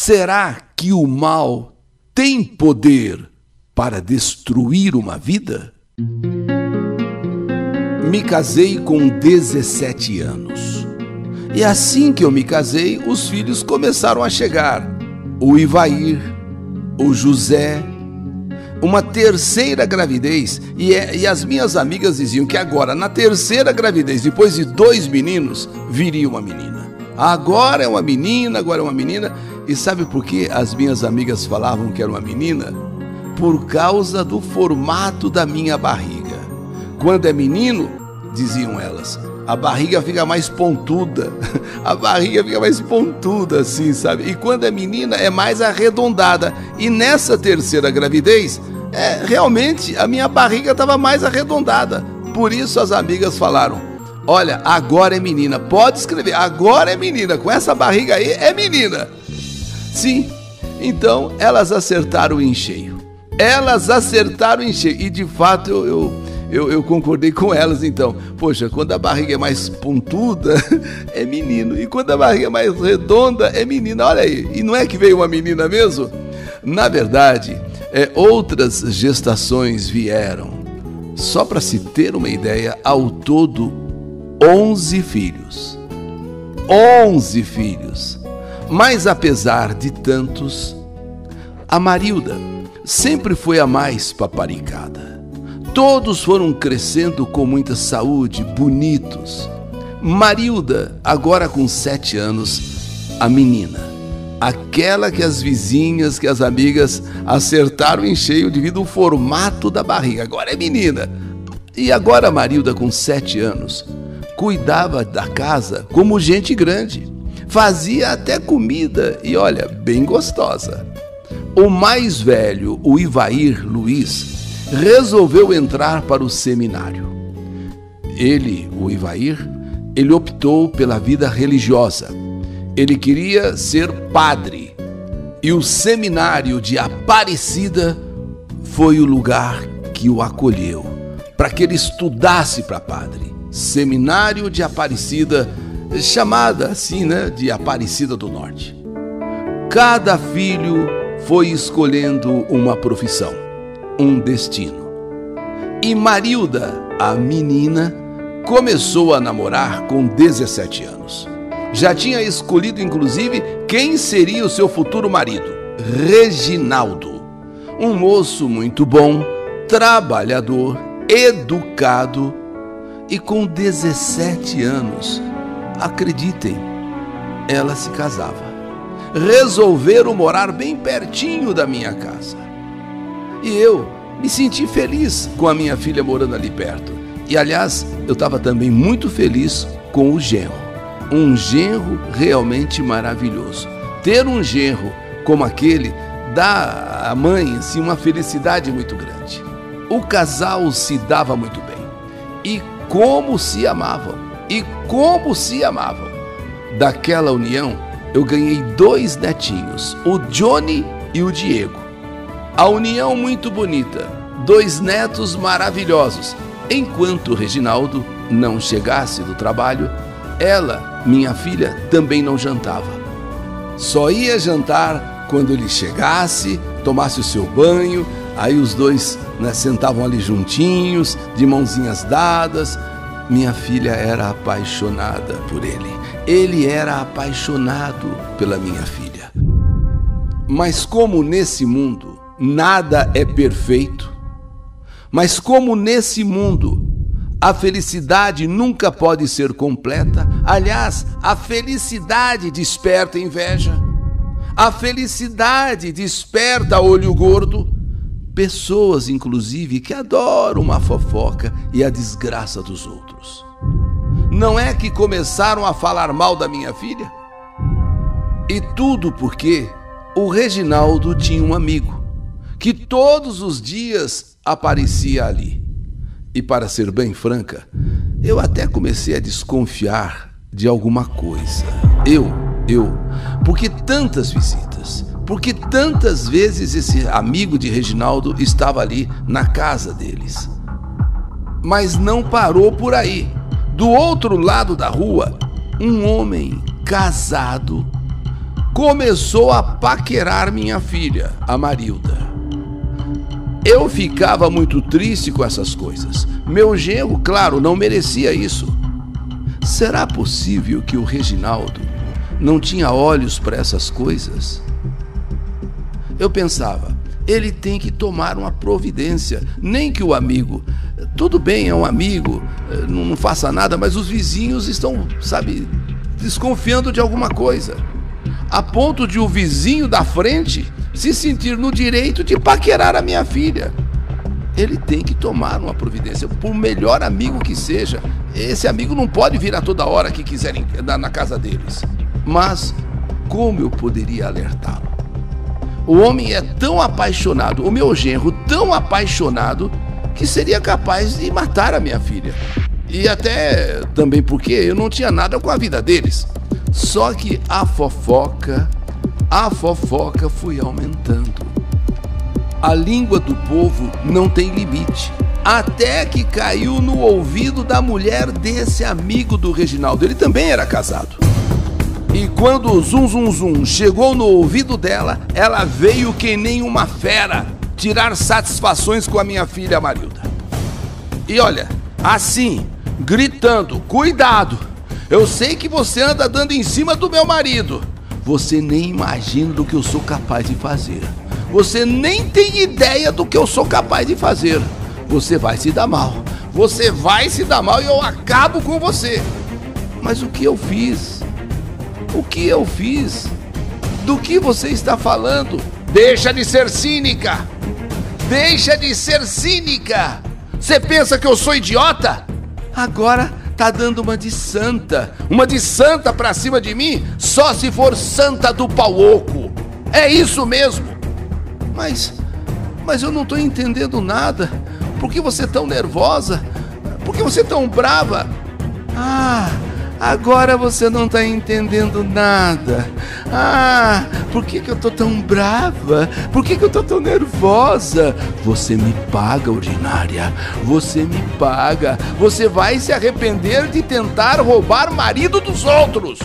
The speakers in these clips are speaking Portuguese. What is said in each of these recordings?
Será que o mal tem poder para destruir uma vida? Me casei com 17 anos. E assim que eu me casei, os filhos começaram a chegar. O Ivair, o José, uma terceira gravidez. E as minhas amigas diziam que agora, na terceira gravidez, depois de 2 meninos, viria uma menina. Agora é uma menina, agora é uma menina. E sabe por que as minhas amigas falavam que era uma menina? Por causa do formato da minha barriga. Quando é menino, diziam elas, a barriga fica mais pontuda. A barriga fica mais pontuda assim, sabe? E quando é menina, é mais arredondada. E nessa terceira gravidez, realmente a minha barriga estava mais arredondada. Por isso as amigas falaram, olha, agora é menina. Pode escrever, agora é menina. Com essa barriga aí, é menina. Sim, então elas acertaram em cheio. Elas acertaram em cheio. E de fato eu concordei com elas então. Poxa, quando a barriga é mais pontuda, é menino. E quando a barriga é mais redonda, é menina. Olha aí. E não é que veio uma menina mesmo? Na verdade, outras gestações vieram. Só para se ter uma ideia, ao todo 11 filhos. 11 filhos. Mas apesar de tantos, a Marilda sempre foi a mais paparicada. Todos foram crescendo com muita saúde, bonitos. Marilda, agora com 7 anos, a menina. Aquela que as vizinhas, que as amigas acertaram em cheio devido ao formato da barriga. Agora é menina. E agora a Marilda, com 7 anos, cuidava da casa como gente grande. Fazia até comida e, olha, bem gostosa. O mais velho, o Ivair Luiz, resolveu entrar para o seminário. Ele, o Ivair, ele optou pela vida religiosa. Ele queria ser padre. E o seminário de Aparecida foi o lugar que o acolheu, para que ele estudasse para padre. Seminário de Aparecida, chamada assim, né, de Aparecida do Norte. Cada filho foi escolhendo uma profissão, um destino. E Marilda, a menina, começou a namorar com 17 anos. Já tinha escolhido, inclusive, quem seria o seu futuro marido, Reginaldo. Um moço muito bom, trabalhador, educado e com 17 anos. Acreditem, ela se casava. Resolveram morar bem pertinho da minha casa. E eu me senti feliz com a minha filha morando ali perto. E, aliás, eu estava também muito feliz com o genro. Um genro realmente maravilhoso. Ter um genro como aquele dá à mãe assim, uma felicidade muito grande. O casal se dava muito bem. E como se amavam. E como se amavam. Daquela união, eu ganhei 2 netinhos, o Johnny e o Diego. A união muito bonita, 2 netos maravilhosos. Enquanto o Reginaldo não chegasse do trabalho, ela, minha filha, também não jantava. Só ia jantar quando ele chegasse, tomasse o seu banho, aí os dois, né, sentavam ali juntinhos, de mãozinhas dadas. Minha filha era apaixonada por ele. Ele era apaixonado pela minha filha. Mas como nesse mundo nada é perfeito, mas como nesse mundo a felicidade nunca pode ser completa, aliás, a felicidade desperta inveja, a felicidade desperta olho gordo, pessoas, inclusive, que adoram uma fofoca e a desgraça dos outros. Não é que começaram a falar mal da minha filha? E tudo porque o Reginaldo tinha um amigo que todos os dias aparecia ali. E, para ser bem franca, eu até comecei a desconfiar de alguma coisa. Porque tantas visitas, porque tantas vezes esse amigo de Reginaldo estava ali na casa deles. Mas não parou por aí. Do outro lado da rua, um homem casado, começou a paquerar minha filha, a Marilda. Eu ficava muito triste com essas coisas. Meu genro, claro, não merecia isso. Será possível que o Reginaldo não tinha olhos para essas coisas? Eu pensava, ele tem que tomar uma providência. Nem que o amigo, tudo bem, é um amigo, não faça nada, mas os vizinhos estão, sabe, desconfiando de alguma coisa, a ponto de o vizinho da frente se sentir no direito de paquerar a minha filha. Ele tem que tomar uma providência, por melhor amigo que seja. Esse amigo não pode vir a toda hora que quiserem na casa deles. Mas como eu poderia alertá-lo? O homem é tão apaixonado, o meu genro tão apaixonado, que seria capaz de matar a minha filha. E até também porque eu não tinha nada com a vida deles. Só que a fofoca foi aumentando. A língua do povo não tem limite. Até que caiu no ouvido da mulher desse amigo do Reginaldo. Ele também era casado. E quando o zum zum zum chegou no ouvido dela, ela veio que nem uma fera tirar satisfações com a minha filha Marilda. E olha, assim, gritando, cuidado, eu sei que você anda dando em cima do meu marido. Você nem imagina do que eu sou capaz de fazer. Você nem tem ideia do que eu sou capaz de fazer. Você vai se dar mal. Você vai se dar mal e eu acabo com você. Mas o que eu fiz? O que eu fiz? Do que você está falando? Deixa de ser cínica! Deixa de ser cínica! Você pensa que eu sou idiota? Agora tá dando uma de santa pra cima de mim, só se for santa do pau oco. É isso mesmo. Mas eu não tô entendendo nada. Por que você é tão nervosa? Por que você é tão brava? Ah, agora você não tá entendendo nada. Ah, por que eu tô tão brava? Por que eu tô tão nervosa? Você me paga, ordinária. Você me paga. Você vai se arrepender de tentar roubar o marido dos outros.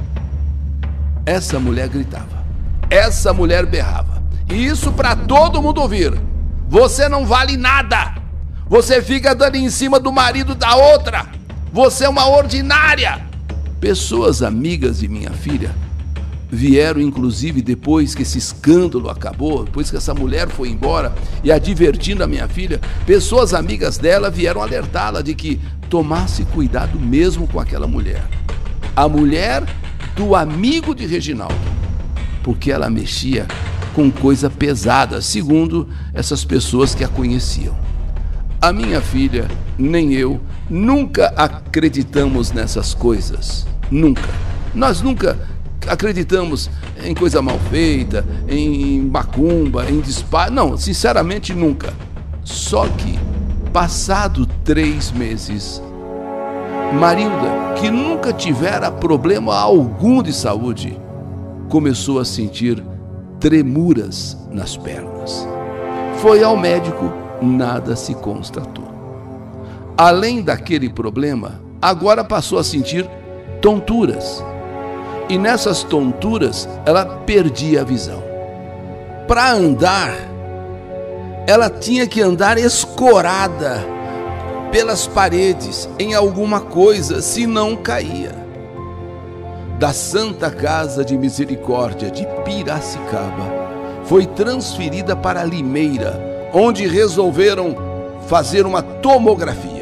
Essa mulher gritava. Essa mulher berrava. E isso pra todo mundo ouvir. Você não vale nada. Você fica dando em cima do marido da outra. Você é uma ordinária. Pessoas amigas de minha filha vieram, inclusive, depois que esse escândalo acabou, depois que essa mulher foi embora e advertindo a minha filha, pessoas amigas dela vieram alertá-la de que tomasse cuidado mesmo com aquela mulher. A mulher do amigo de Reginaldo, porque ela mexia com coisa pesada, segundo essas pessoas que a conheciam. A minha filha, nem eu, nunca acreditamos nessas coisas. Nunca. Nós nunca acreditamos em coisa mal feita, em macumba, em disparo. Não, sinceramente nunca. Só que, passado 3 meses, Marilda, que nunca tivera problema algum de saúde, começou a sentir tremuras nas pernas. Foi ao médico, nada se constatou. Além daquele problema, agora passou a sentir tonturas. E nessas tonturas, ela perdia a visão. Para andar, ela tinha que andar escorada pelas paredes, em alguma coisa, senão caía. Da Santa Casa de Misericórdia de Piracicaba, foi transferida para Limeira, onde resolveram fazer uma tomografia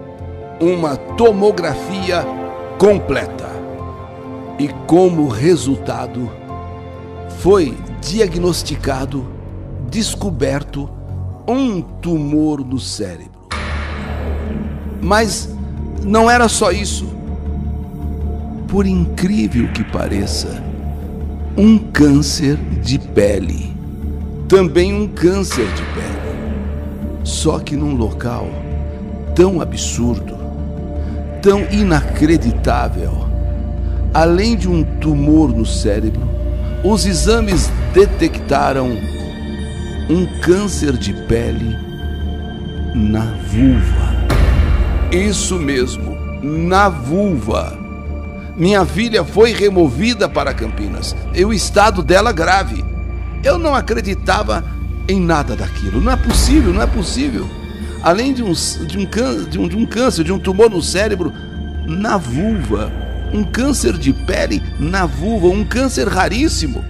completa. E como resultado, foi diagnosticado, descoberto um tumor no cérebro. Mas não era só isso. Por incrível que pareça, um câncer de pele. Também um câncer de pele. Só que num local tão absurdo, tão inacreditável. Além de um tumor no cérebro, os exames detectaram um câncer de pele na vulva. Isso mesmo, na vulva. Minha filha foi removida para Campinas e o estado dela grave. Eu não acreditava em nada daquilo. Não é possível, não é possível. Além de um câncer, de um tumor no cérebro, na vulva, um câncer de pele na vulva, um câncer raríssimo.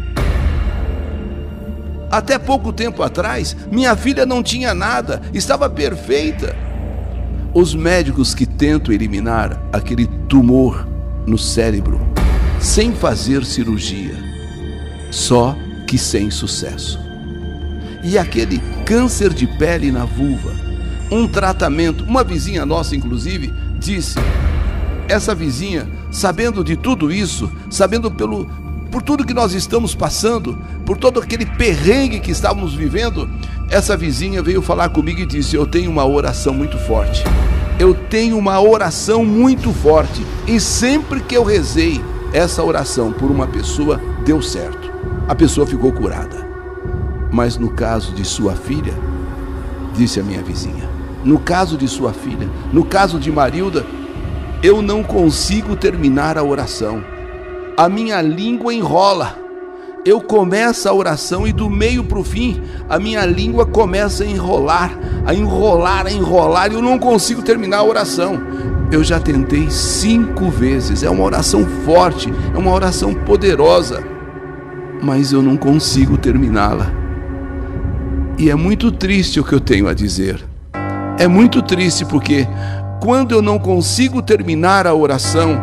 Até pouco tempo atrás, minha filha não tinha nada, estava perfeita. Os médicos que tentam eliminar aquele tumor no cérebro, sem fazer cirurgia, só que sem sucesso. E aquele câncer de pele na vulva, um tratamento, uma vizinha nossa inclusive, disse, essa vizinha, sabendo de tudo isso, sabendo por tudo que nós estamos passando, por todo aquele perrengue que estávamos vivendo, essa vizinha veio falar comigo e disse, eu tenho uma oração muito forte. Eu tenho uma oração muito forte e sempre que eu rezei essa oração por uma pessoa, deu certo. A pessoa ficou curada. Mas no caso de sua filha, disse a minha vizinha, no caso de sua filha, no caso de Marilda, eu não consigo terminar a oração. A minha língua enrola. Eu começo a oração e do meio para o fim, a minha língua começa a enrolar, e eu não consigo terminar a oração. Eu já tentei 5 vezes, é uma oração forte, é uma oração poderosa, mas eu não consigo terminá-la. E é muito triste o que eu tenho a dizer. É muito triste porque quando eu não consigo terminar a oração,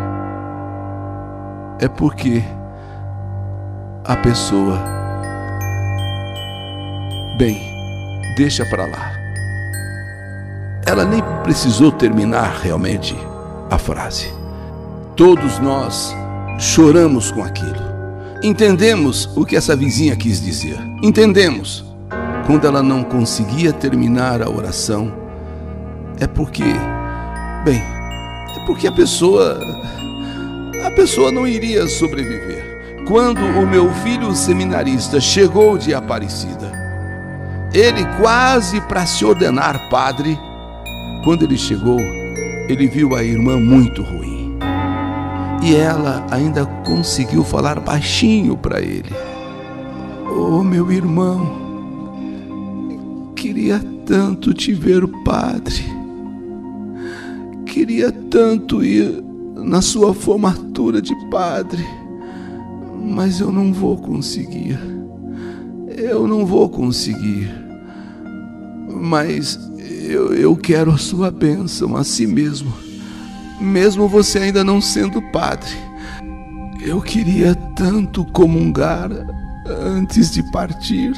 é porque a pessoa, bem, deixa para lá. Ela nem precisou terminar realmente a frase. Todos nós choramos com aquilo. Entendemos o que essa vizinha quis dizer. Entendemos. Quando ela não conseguia terminar a oração, é porque a pessoa não iria sobreviver. Quando o meu filho seminarista chegou de Aparecida, ele quase para se ordenar padre, quando ele chegou, ele viu a irmã muito ruim. E ela ainda conseguiu falar baixinho para ele. Oh, meu irmão, queria tanto te ver padre. Queria tanto ir na sua formatura de padre. Mas eu não vou conseguir. Eu não vou conseguir. Mas eu quero a sua bênção a si mesmo. Mesmo você ainda não sendo padre. Eu queria tanto comungar antes de partir.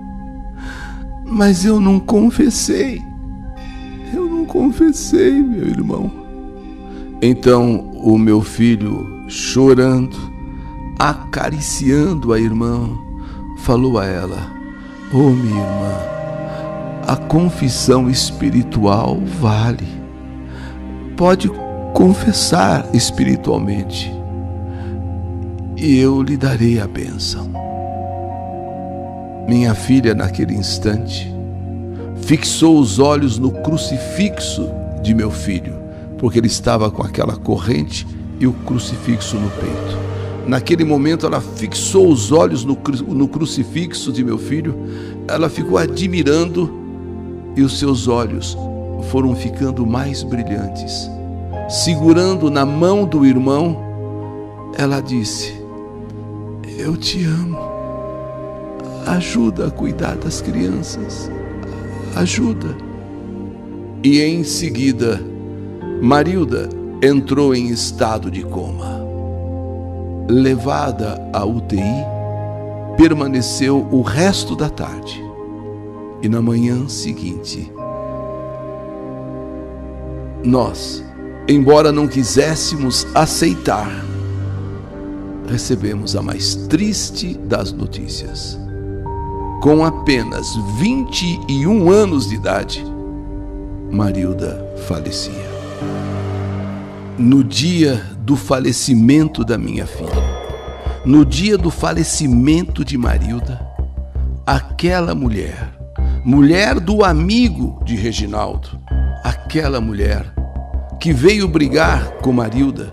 Mas eu não confessei. Eu não confessei, meu irmão. Então o meu filho, chorando, acariciando a irmã, falou a ela: "Oh, minha irmã, a confissão espiritual vale. Pode confessar espiritualmente e eu lhe darei a bênção." Minha filha, naquele instante, fixou os olhos no crucifixo de meu filho, porque ele estava com aquela corrente e o crucifixo no peito. Naquele momento ela fixou os olhos no crucifixo de meu filho, ela ficou admirando e os seus olhos foram ficando mais brilhantes. Segurando na mão do irmão, ela disse: "Eu te amo, ajuda a cuidar das crianças, ajuda." E em seguida, Marilda entrou em estado de coma. Levada à UTI, permaneceu o resto da tarde. E na manhã seguinte, nós, embora não quiséssemos aceitar, recebemos a mais triste das notícias. Com apenas 21 anos de idade, Marilda falecia. No dia do falecimento da minha filha, no dia do falecimento de Marilda, aquela mulher do amigo de Reginaldo, aquela mulher que veio brigar com Marilda,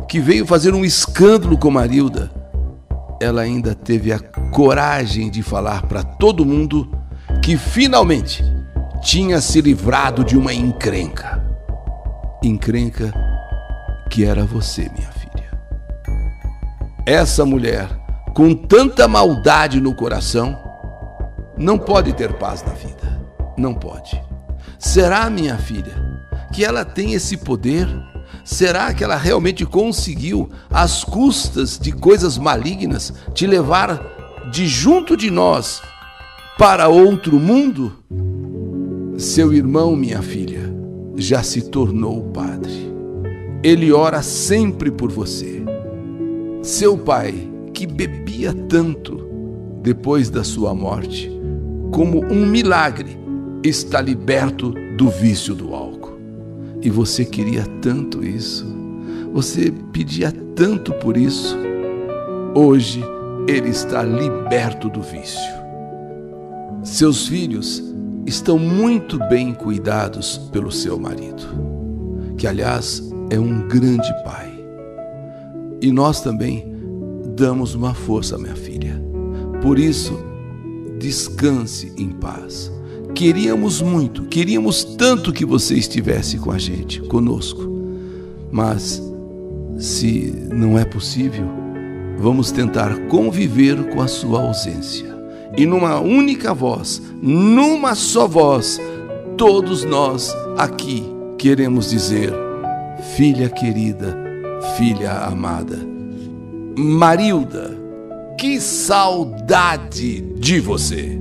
que veio fazer um escândalo com Marilda, ela ainda teve a coragem de falar para todo mundo que finalmente tinha se livrado de uma encrenca. Encrenca que era você, minha filha. Essa mulher, com tanta maldade no coração, não pode ter paz na vida. Não pode. Será, minha filha, que ela tem esse poder? Será que ela realmente conseguiu, às custas de coisas malignas, te levar de junto de nós para outro mundo? Seu irmão, minha filha, já se tornou padre. Ele ora sempre por você. Seu pai, que bebia tanto, depois da sua morte, como um milagre, está liberto do vício do álcool. E você queria tanto isso, você pedia tanto por isso. Hoje ele está liberto do vício. Seus filhos estão muito bem cuidados pelo seu marido, que aliás é um grande pai. E nós também damos uma força, minha filha. Por isso, descanse em paz. Queríamos muito, queríamos tanto que você estivesse com a gente, conosco. Mas, se não é possível, vamos tentar conviver com a sua ausência. E numa única voz, numa só voz, todos nós aqui queremos dizer: filha querida, filha amada, Marilda, que saudade de você!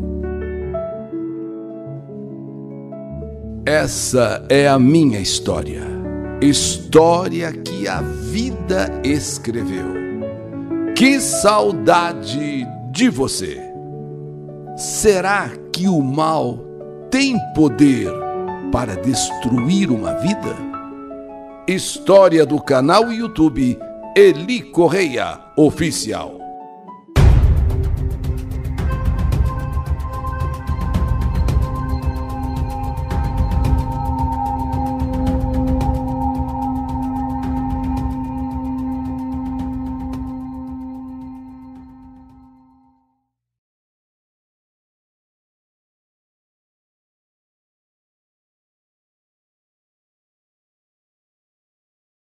Essa é a minha história, história que a vida escreveu. Que saudade de você! Será que o mal tem poder para destruir uma vida? História do canal YouTube Eli Correia Oficial.